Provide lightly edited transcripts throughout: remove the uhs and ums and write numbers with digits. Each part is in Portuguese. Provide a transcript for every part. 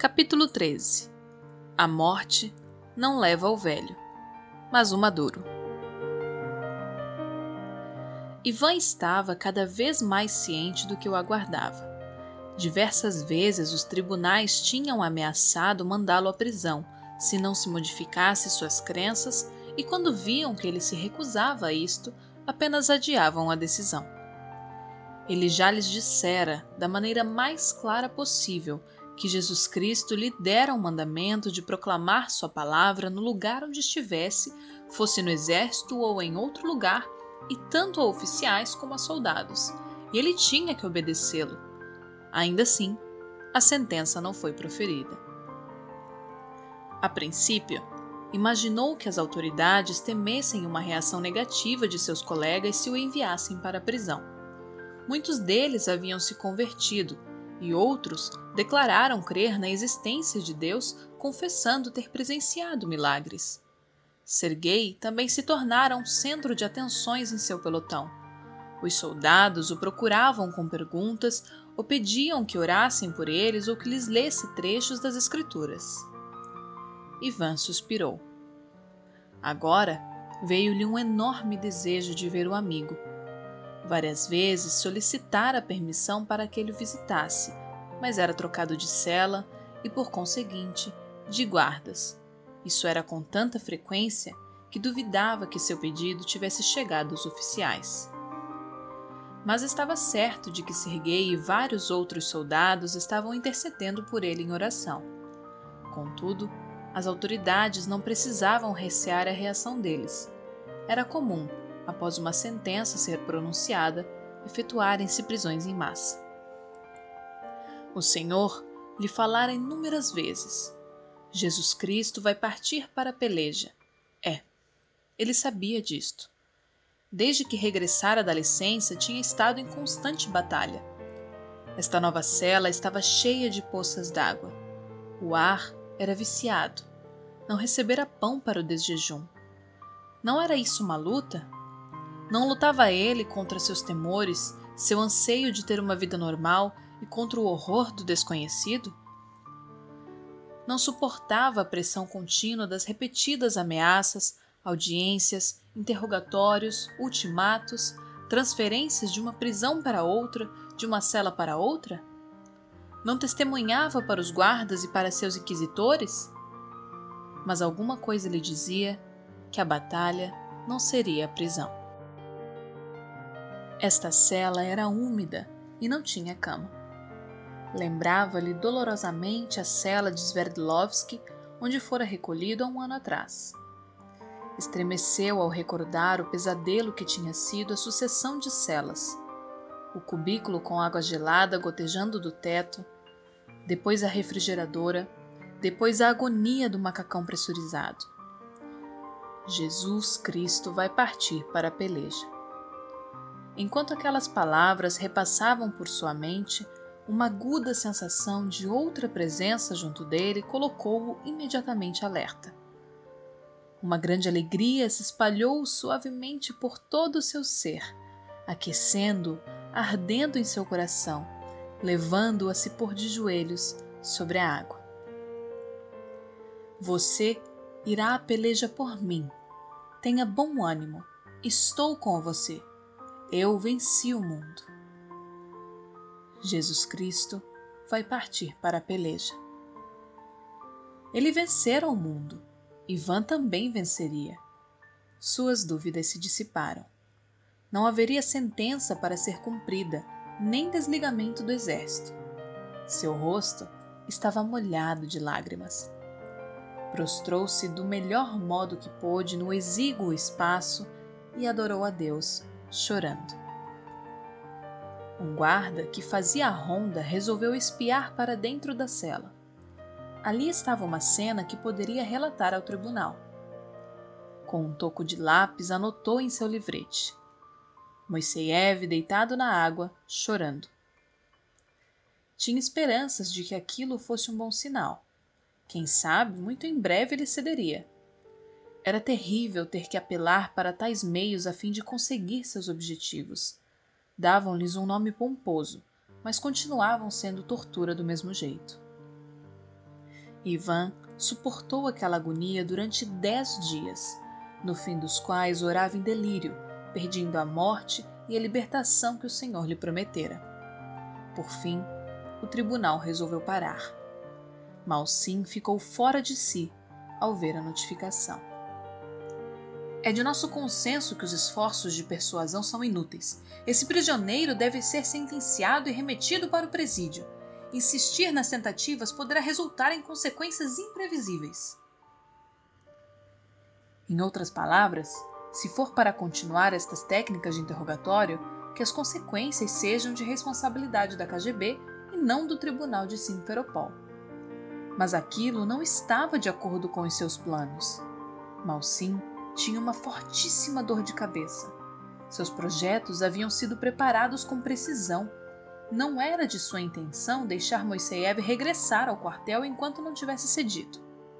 Capítulo 13. A morte não leva o velho, mas o maduro. Ivan estava cada vez mais ciente do que o aguardava. Diversas vezes os tribunais tinham ameaçado mandá-lo à prisão, se não se modificasse suas crenças, e quando viam que ele se recusava a isto, apenas adiavam a decisão. Ele já lhes dissera, da maneira mais clara possível, que Jesus Cristo lhe dera o mandamento de proclamar sua palavra no lugar onde estivesse, fosse no exército ou em outro lugar, e tanto a oficiais como a soldados, e ele tinha que obedecê-lo. Ainda assim, a sentença não foi proferida. A princípio, imaginou que as autoridades temessem uma reação negativa de seus colegas se o enviassem para a prisão. Muitos deles haviam se convertido, e outros declararam crer na existência de Deus, confessando ter presenciado milagres. Serguei também se tornara um centro de atenções em seu pelotão. Os soldados o procuravam com perguntas ou pediam que orassem por eles ou que lhes lesse trechos das Escrituras. Ivan suspirou. Agora veio-lhe um enorme desejo de ver o amigo. Várias vezes solicitara permissão para que ele o visitasse, mas era trocado de cela e, por conseguinte, de guardas. Isso era com tanta frequência que duvidava que seu pedido tivesse chegado aos oficiais. Mas estava certo de que Serguei e vários outros soldados estavam intercedendo por ele em oração. Contudo, as autoridades não precisavam recear a reação deles. Era comum, após uma sentença ser pronunciada, efetuarem-se prisões em massa. O Senhor lhe falara inúmeras vezes. Jesus Cristo vai partir para a peleja. Ele sabia disto. Desde que regressara da licença, tinha estado em constante batalha. Esta nova cela estava cheia de poças d'água. O ar era viciado. Não recebera pão para o desjejum. Não era isso uma luta? Não lutava ele contra seus temores, seu anseio de ter uma vida normal e contra o horror do desconhecido? Não suportava a pressão contínua das repetidas ameaças, audiências, interrogatórios, ultimatos, transferências de uma prisão para outra, de uma cela para outra? Não testemunhava para os guardas e para seus inquisitores? Mas alguma coisa lhe dizia que a batalha não seria a prisão. Esta cela era úmida e não tinha cama. Lembrava-lhe dolorosamente a cela de Sverdlovski, onde fora recolhido há um ano atrás. Estremeceu ao recordar o pesadelo que tinha sido a sucessão de celas. O cubículo com água gelada gotejando do teto, depois a refrigeradora, depois a agonia do macacão pressurizado. Jesus Cristo vai partir para a peleja. Enquanto aquelas palavras repassavam por sua mente, uma aguda sensação de outra presença junto dele colocou-o imediatamente alerta. Uma grande alegria se espalhou suavemente por todo o seu ser, aquecendo, ardendo em seu coração, levando-o a se pôr de joelhos sobre a água. Você irá à peleja por mim. Tenha bom ânimo. Estou com você. Eu venci o mundo. Jesus Cristo vai partir para a peleja. Ele vencera o mundo. Ivan também venceria. Suas dúvidas se dissiparam. Não haveria sentença para ser cumprida, nem desligamento do exército. Seu rosto estava molhado de lágrimas. Prostrou-se do melhor modo que pôde no exíguo espaço e adorou a Deus, chorando. Um guarda que fazia a ronda resolveu espiar para dentro da cela. Ali estava uma cena que poderia relatar ao tribunal. Com um toco de lápis anotou em seu livrete: Moisseiev deitado na água, chorando. Tinha esperanças de que aquilo fosse um bom sinal. Quem sabe, muito em breve ele cederia. Era terrível ter que apelar para tais meios a fim de conseguir seus objetivos. Davam-lhes um nome pomposo, mas continuavam sendo tortura do mesmo jeito. Ivan suportou aquela agonia durante 10 dias, no fim dos quais orava em delírio, pedindo a morte e a libertação que o Senhor lhe prometera. Por fim, o tribunal resolveu parar. Malsim ficou fora de si ao ver a notificação. É de nosso consenso que os esforços de persuasão são inúteis. Esse prisioneiro deve ser sentenciado e remetido para o presídio. Insistir nas tentativas poderá resultar em consequências imprevisíveis. Em outras palavras, se for para continuar estas técnicas de interrogatório, que as consequências sejam de responsabilidade da KGB e não do Tribunal de Simferopol. Mas aquilo não estava de acordo com os seus planos. Malsim tinha uma fortíssima dor de cabeça. Seus projetos haviam sido preparados com precisão. Não era de sua intenção deixar Moisseev regressar ao quartel enquanto não tivesse cedido.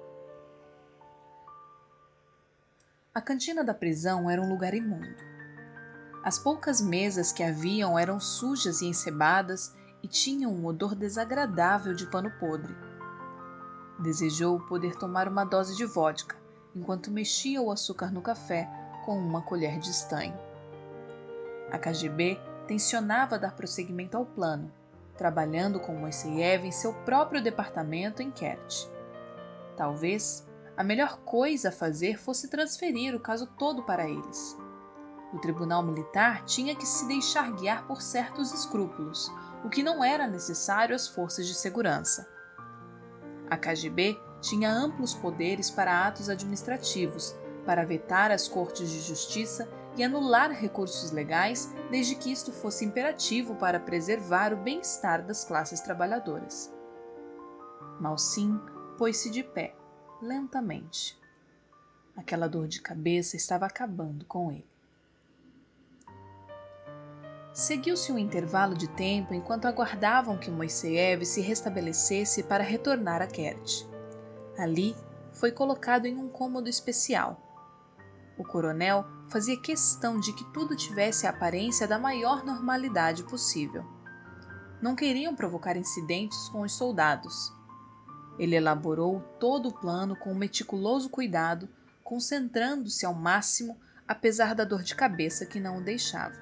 A cantina da prisão era um lugar imundo. As poucas mesas que haviam eram sujas e encebadas e tinham um odor desagradável de pano podre. Desejou poder tomar uma dose de vodka, enquanto mexia o açúcar no café com uma colher de estanho. A KGB tensionava dar prosseguimento ao plano, trabalhando com Moisseev em seu próprio departamento em Kerch. Talvez a melhor coisa a fazer fosse transferir o caso todo para eles. O tribunal militar tinha que se deixar guiar por certos escrúpulos, o que não era necessário às forças de segurança. A KGB tinha amplos poderes para atos administrativos, para vetar as cortes de justiça e anular recursos legais, desde que isto fosse imperativo para preservar o bem-estar das classes trabalhadoras. Malsim pôs-se de pé, lentamente. Aquela dor de cabeça estava acabando com ele. Seguiu-se um intervalo de tempo enquanto aguardavam que Moisseev se restabelecesse para retornar a Kerch. Ali, foi colocado em um cômodo especial. O coronel fazia questão de que tudo tivesse a aparência da maior normalidade possível. Não queriam provocar incidentes com os soldados. Ele elaborou todo o plano com meticuloso cuidado, concentrando-se ao máximo, apesar da dor de cabeça que não o deixava.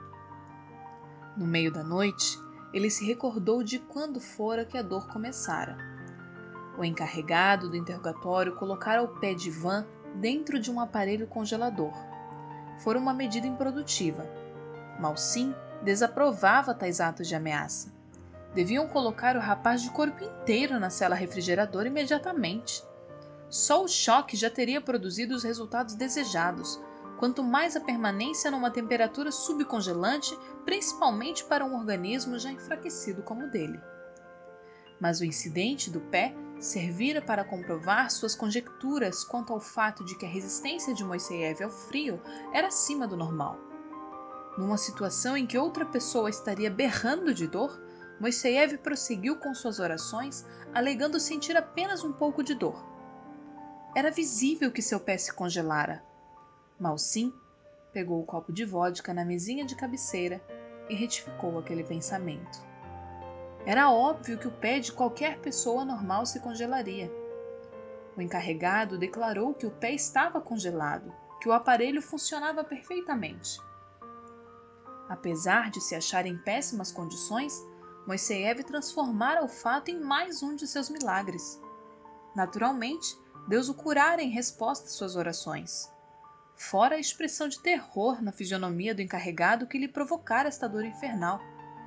No meio da noite, ele se recordou de quando fora que a dor começara. O encarregado do interrogatório colocara o pé de Ivan dentro de um aparelho congelador. Fora uma medida improdutiva. Malsim desaprovava tais atos de ameaça. Deviam colocar o rapaz de corpo inteiro na cela refrigeradora imediatamente. Só o choque já teria produzido os resultados desejados, quanto mais a permanência numa temperatura subcongelante, principalmente para um organismo já enfraquecido como o dele. Mas o incidente do pé servira para comprovar suas conjecturas quanto ao fato de que a resistência de Moisseev ao frio era acima do normal. Numa situação em que outra pessoa estaria berrando de dor, Moisseev prosseguiu com suas orações, alegando sentir apenas um pouco de dor. Era visível que seu pé se congelara. Malsim pegou o copo de vodka na mesinha de cabeceira e retificou aquele pensamento. Era óbvio que o pé de qualquer pessoa normal se congelaria. O encarregado declarou que o pé estava congelado, que o aparelho funcionava perfeitamente. Apesar de se achar em péssimas condições, Moisseev transformara o fato em mais um de seus milagres. Naturalmente, Deus o curara em resposta às suas orações. Fora a expressão de terror na fisionomia do encarregado que lhe provocara esta dor infernal.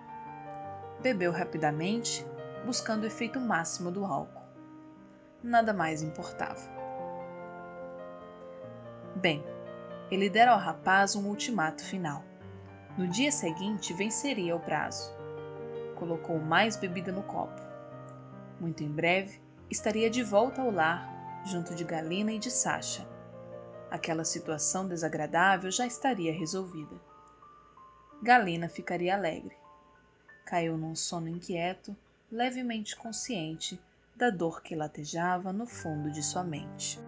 Bebeu rapidamente, buscando o efeito máximo do álcool. Nada mais importava. Bem, ele dera ao rapaz um ultimato final. No dia seguinte venceria o prazo. Colocou mais bebida no copo. Muito em breve, estaria de volta ao lar, junto de Galina e de Sasha. Aquela situação desagradável já estaria resolvida. Galina ficaria alegre. Caiu num sono inquieto, levemente consciente da dor que latejava no fundo de sua mente.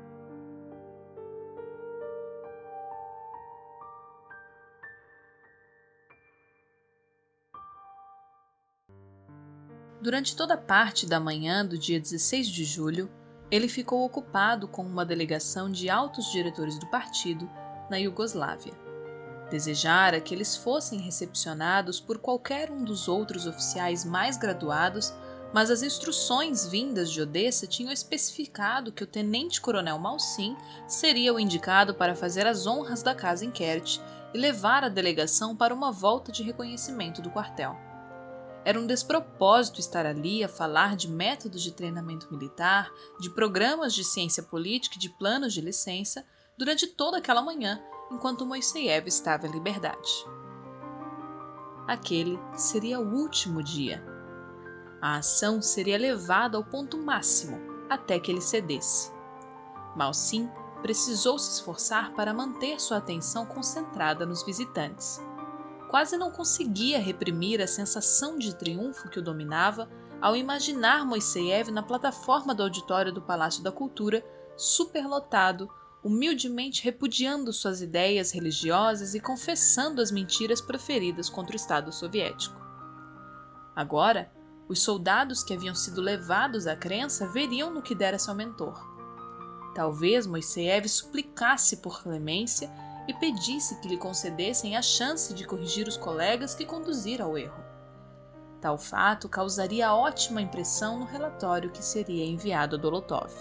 Durante toda parte da manhã do dia 16 de julho, ele ficou ocupado com uma delegação de altos diretores do partido na Iugoslávia. Desejara que eles fossem recepcionados por qualquer um dos outros oficiais mais graduados, mas as instruções vindas de Odessa tinham especificado que o tenente-coronel Malsim seria o indicado para fazer as honras da casa em Kerch e levar a delegação para uma volta de reconhecimento do quartel. Era um despropósito estar ali a falar de métodos de treinamento militar, de programas de ciência política e de planos de licença durante toda aquela manhã, enquanto Moisseiev estava em liberdade. Aquele seria o último dia. A ação seria levada ao ponto máximo até que ele cedesse. Malsim precisou se esforçar para manter sua atenção concentrada nos visitantes. Quase não conseguia reprimir a sensação de triunfo que o dominava ao imaginar Moisseiev na plataforma do auditório do Palácio da Cultura, superlotado, humildemente repudiando suas ideias religiosas e confessando as mentiras proferidas contra o Estado soviético. Agora, os soldados que haviam sido levados à crença veriam no que dera seu mentor. Talvez Moisseiev suplicasse por clemência e pedisse que lhe concedessem a chance de corrigir os colegas que conduziram ao erro. Tal fato causaria ótima impressão no relatório que seria enviado a Dolotov.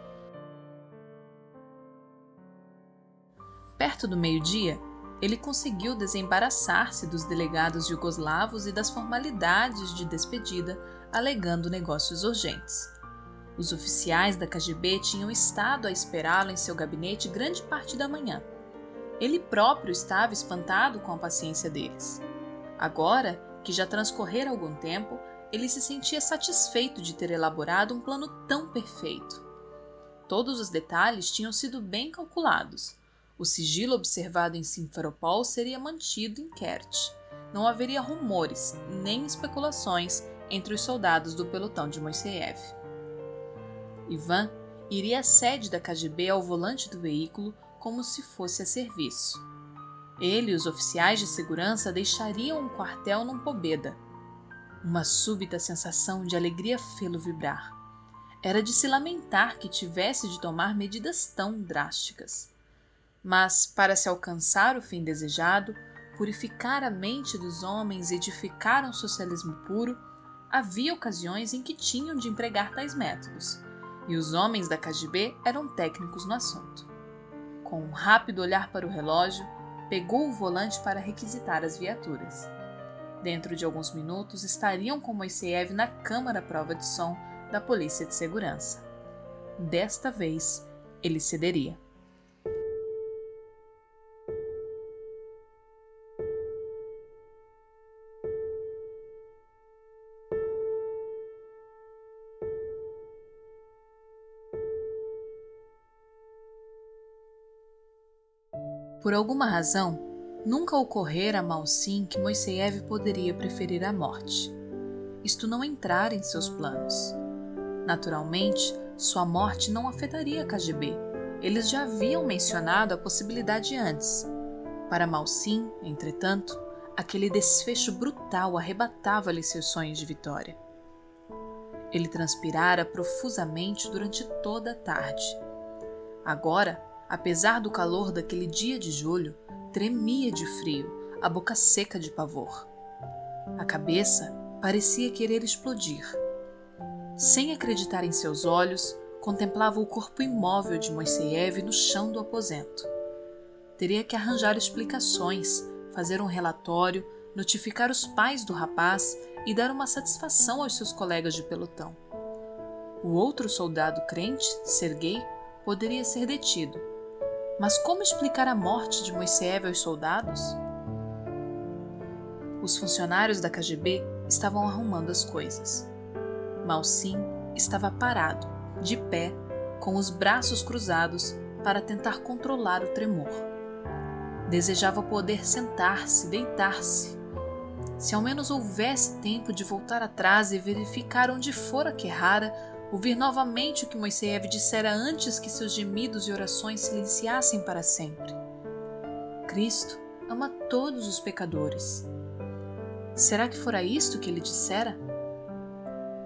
Perto do meio-dia, ele conseguiu desembaraçar-se dos delegados iugoslavos e das formalidades de despedida, alegando negócios urgentes. Os oficiais da KGB tinham estado a esperá-lo em seu gabinete grande parte da manhã. Ele próprio estava espantado com a paciência deles. Agora, que já transcorrera algum tempo, ele se sentia satisfeito de ter elaborado um plano tão perfeito. Todos os detalhes tinham sido bem calculados. O sigilo observado em Simferopol seria mantido em Kerch. Não haveria rumores nem especulações entre os soldados do pelotão de Moisseiev. Ivan iria à sede da KGB ao volante do veículo como se fosse a serviço. Ele e os oficiais de segurança deixariam o quartel num Pobeda. Uma súbita sensação de alegria fê-lo vibrar. Era de se lamentar que tivesse de tomar medidas tão drásticas. Mas, para se alcançar o fim desejado, purificar a mente dos homens e edificar um socialismo puro, havia ocasiões em que tinham de empregar tais métodos, e os homens da KGB eram técnicos no assunto. Com um rápido olhar para o relógio, pegou o volante para requisitar as viaturas. Dentro de alguns minutos estariam com Moisseiev na câmara à prova de som da Polícia de Segurança. Desta vez, ele cederia. Por alguma razão, nunca ocorrera a Malsim que Moisseiev poderia preferir a morte. Isto não entrara em seus planos. Naturalmente, sua morte não afetaria a KGB. Eles já haviam mencionado a possibilidade antes. Para Malsim, entretanto, aquele desfecho brutal arrebatava-lhe seus sonhos de vitória. Ele transpirara profusamente durante toda a tarde. Agora, apesar do calor daquele dia de julho, tremia de frio, a boca seca de pavor. A cabeça parecia querer explodir. Sem acreditar em seus olhos, contemplava o corpo imóvel de Moisseiev no chão do aposento. Teria que arranjar explicações, fazer um relatório, notificar os pais do rapaz e dar uma satisfação aos seus colegas de pelotão. O outro soldado crente, Sergei, poderia ser detido. Mas como explicar a morte de Moisseiev aos soldados? Os funcionários da KGB estavam arrumando as coisas. Malsim estava parado, de pé, com os braços cruzados para tentar controlar o tremor. Desejava poder sentar-se, deitar-se. Se ao menos houvesse tempo de voltar atrás e verificar onde fora que errara, ouvir novamente o que Moisseiev dissera antes que seus gemidos e orações silenciassem para sempre. Cristo ama todos os pecadores. Será que fora isto que ele dissera?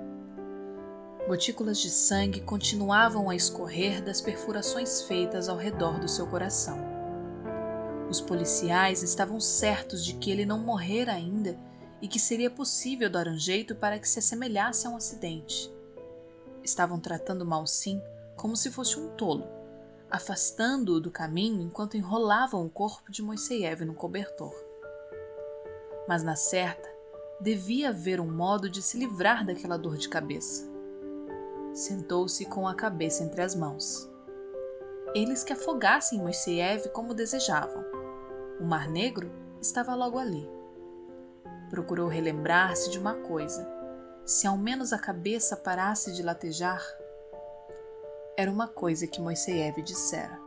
Gotículas de sangue continuavam a escorrer das perfurações feitas ao redor do seu coração. Os policiais estavam certos de que ele não morrera ainda e que seria possível dar um jeito para que se assemelhasse a um acidente. Estavam tratando Malsim como se fosse um tolo, afastando-o do caminho enquanto enrolavam o corpo de Moisseiev no cobertor. Mas na certa, devia haver um modo de se livrar daquela dor de cabeça. Sentou-se com a cabeça entre as mãos. Eles que afogassem Moisseiev como desejavam. O Mar Negro estava logo ali. Procurou relembrar-se de uma coisa. Se ao menos a cabeça parasse de latejar, era uma coisa que Moisseiev dissera.